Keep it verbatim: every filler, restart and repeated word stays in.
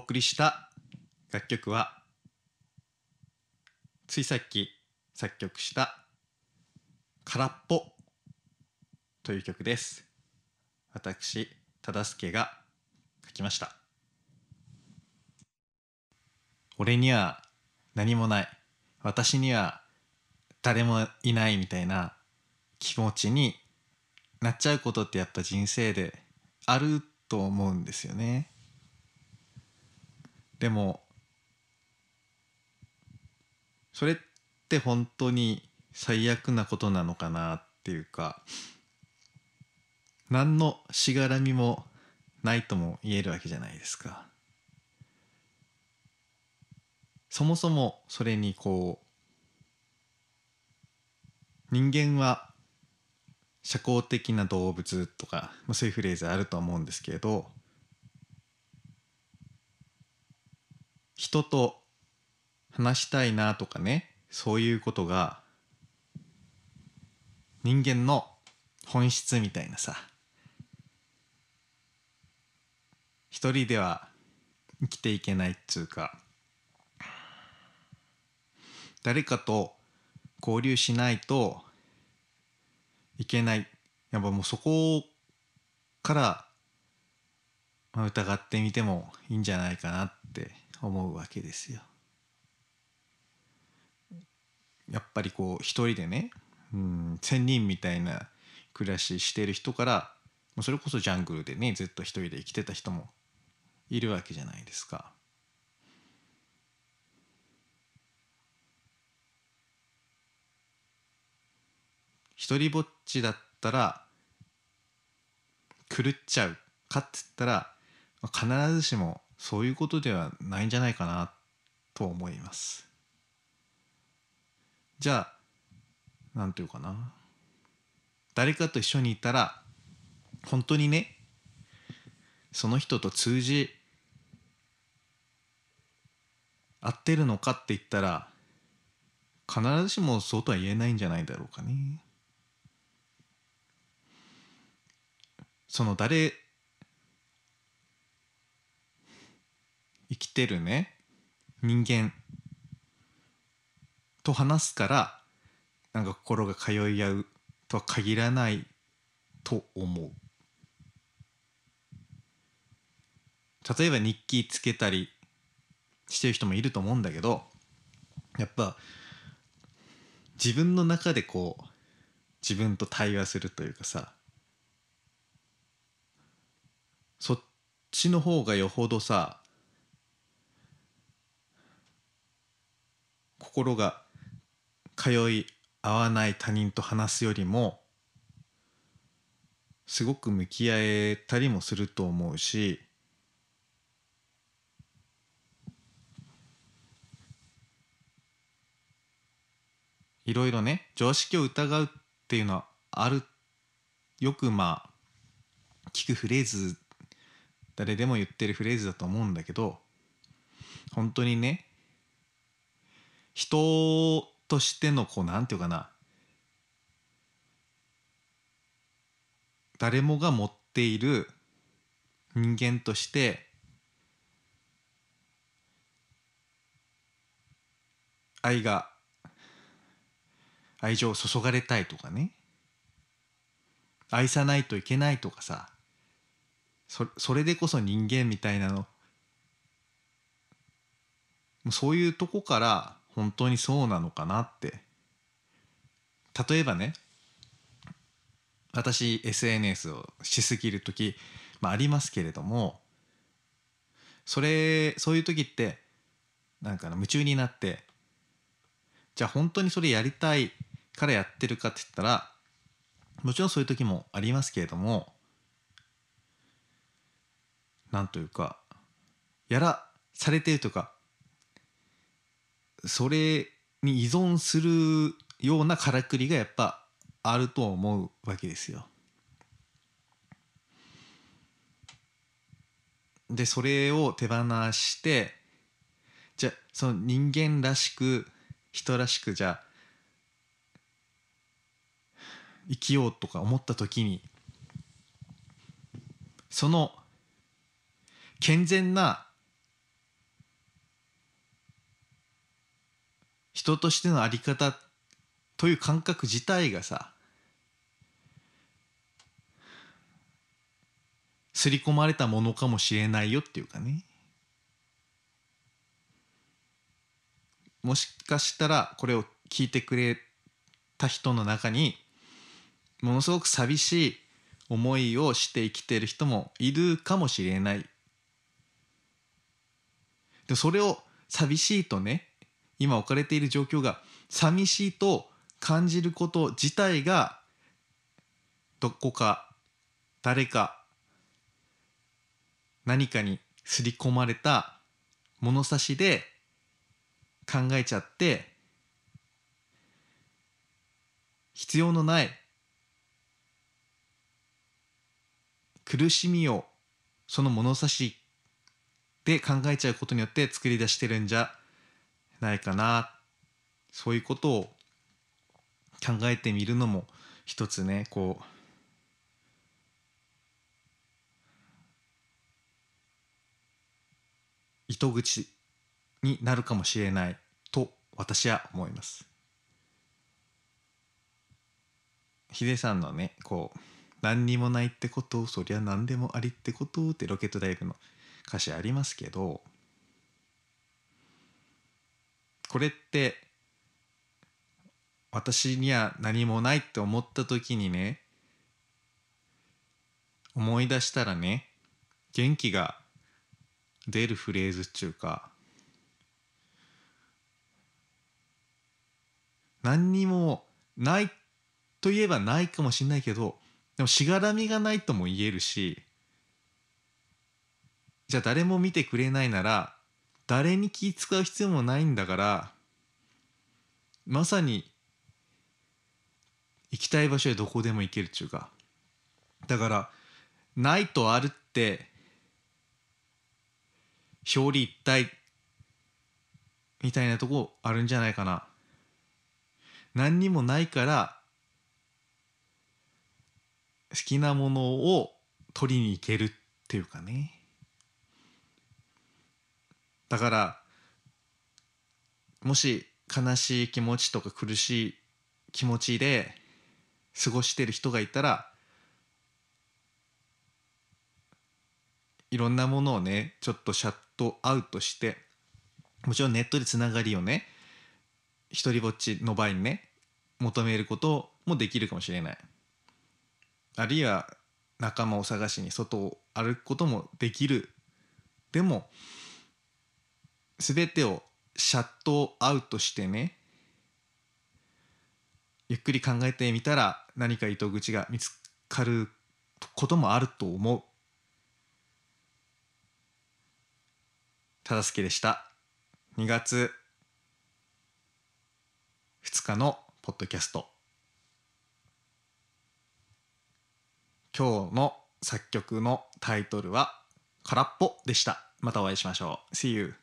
送りした楽曲はついさっき作曲した空っぽという曲です。私忠助が書きました。俺には何もない、私には誰もいないみたいな気持ちになっちゃうことってやっぱ人生であると思うんですよね。でもそれって本当に最悪なことなのかなっていうか、何のしがらみもないとも言えるわけじゃないですか。そもそもそれにこう人間は社交的な動物とか、まあ、そういうフレーズあると思うんですけれど、人と話したいなとかね、そういうことが人間の本質みたいなさ、一人では生きていけないっつうか、誰かと交流しないといけない、やっぱもうそこからまあ疑ってみてもいいんじゃないかなって思うわけですよ。やっぱりこう一人でね、うん仙人みたいな暮らししてる人から、それこそジャングルでねずっと一人で生きてた人もいるわけじゃないですか。一人ぼっちだったら狂っちゃうかっつったら、必ずしもそういうことではないんじゃないかなと思います。じゃあなんていうかな、誰かと一緒にいたら本当にねその人と通じ合ってるのかって言ったら、必ずしもそうとは言えないんじゃないだろうかね。その誰生きてるね人間と話すからなんか心が通い合うとは限らないと思う。例えば日記つけたりしてる人もいると思うんだけど、やっぱ自分の中でこう自分と対話するというかさ、そっちの方がよほどさ心が通い合わない他人と話すよりもすごく向き合えたりもすると思うし、いろいろね常識を疑うっていうのはある、よくまあ聞くフレーズ、誰でも言ってるフレーズだと思うんだけど、本当にね人としてのこうなんていうかな、誰もが持っている人間として愛が愛情を注がれたいとかね、愛さないといけないとかさ、そそれでこそ人間みたいなの、もうそういうとこから本当にそうなのかなって。例えばね、私 エスエヌエス をしすぎる時、まあ、ありますけれども、それそういう時ってなんか夢中になって、じゃあ本当にそれやりたいからやってるかって言ったら、もちろんそういう時もありますけれども、なんというかやらされてるとかそれに依存するようなからくりがやっぱあると思うわけですよ。でそれを手放して、じゃあその人間らしく人らしくじゃあ生きようとか思った時に、その健全な人としての在り方という感覚自体がさ刷り込まれたものかもしれないよっていうかね。もしかしたらこれを聞いてくれた人の中にものすごく寂しい思いをして生きている人もいるかもしれない。でもそれを寂しいとね、今置かれている状況が寂しいと感じること自体がどこか誰か何かに刷り込まれた物差しで考えちゃって必要のない苦しみをその物差しで考えちゃうことによって作り出してるんじゃないかな。そういうことを考えてみるのも一つね、こう糸口になるかもしれないと私は思います。ヒデさんのね、こう何にもないってことそりゃ何でもありってことってロケットダイブの歌詞ありますけど、これって私には何もないって思った時にね、思い出したらね、元気が出るフレーズっていうか、何にもないといえばないかもしれないけど、でもしがらみがないとも言えるし、じゃあ誰も見てくれないなら誰に気使う必要もないんだから、まさに行きたい場所へどこでも行けるっていうか、だからないとあるって表裏一体みたいなとこあるんじゃないかな。何にもないから好きなものを取りに行けるっていうかね。だからもし悲しい気持ちとか苦しい気持ちで過ごしてる人がいたら、いろんなものをねちょっとシャットアウトして、もちろんネットでつながりをね一人ぼっちの場合にね求めることもできるかもしれない。あるいは仲間を探しに外を歩くこともできる。でも全てをシャットアウトしてね、ゆっくり考えてみたら何か糸口が見つかることもあると思う。忠介でした。にがつふつかのポッドキャスト、今日の作曲のタイトルは空っぽでした。またお会いしましょう。See you.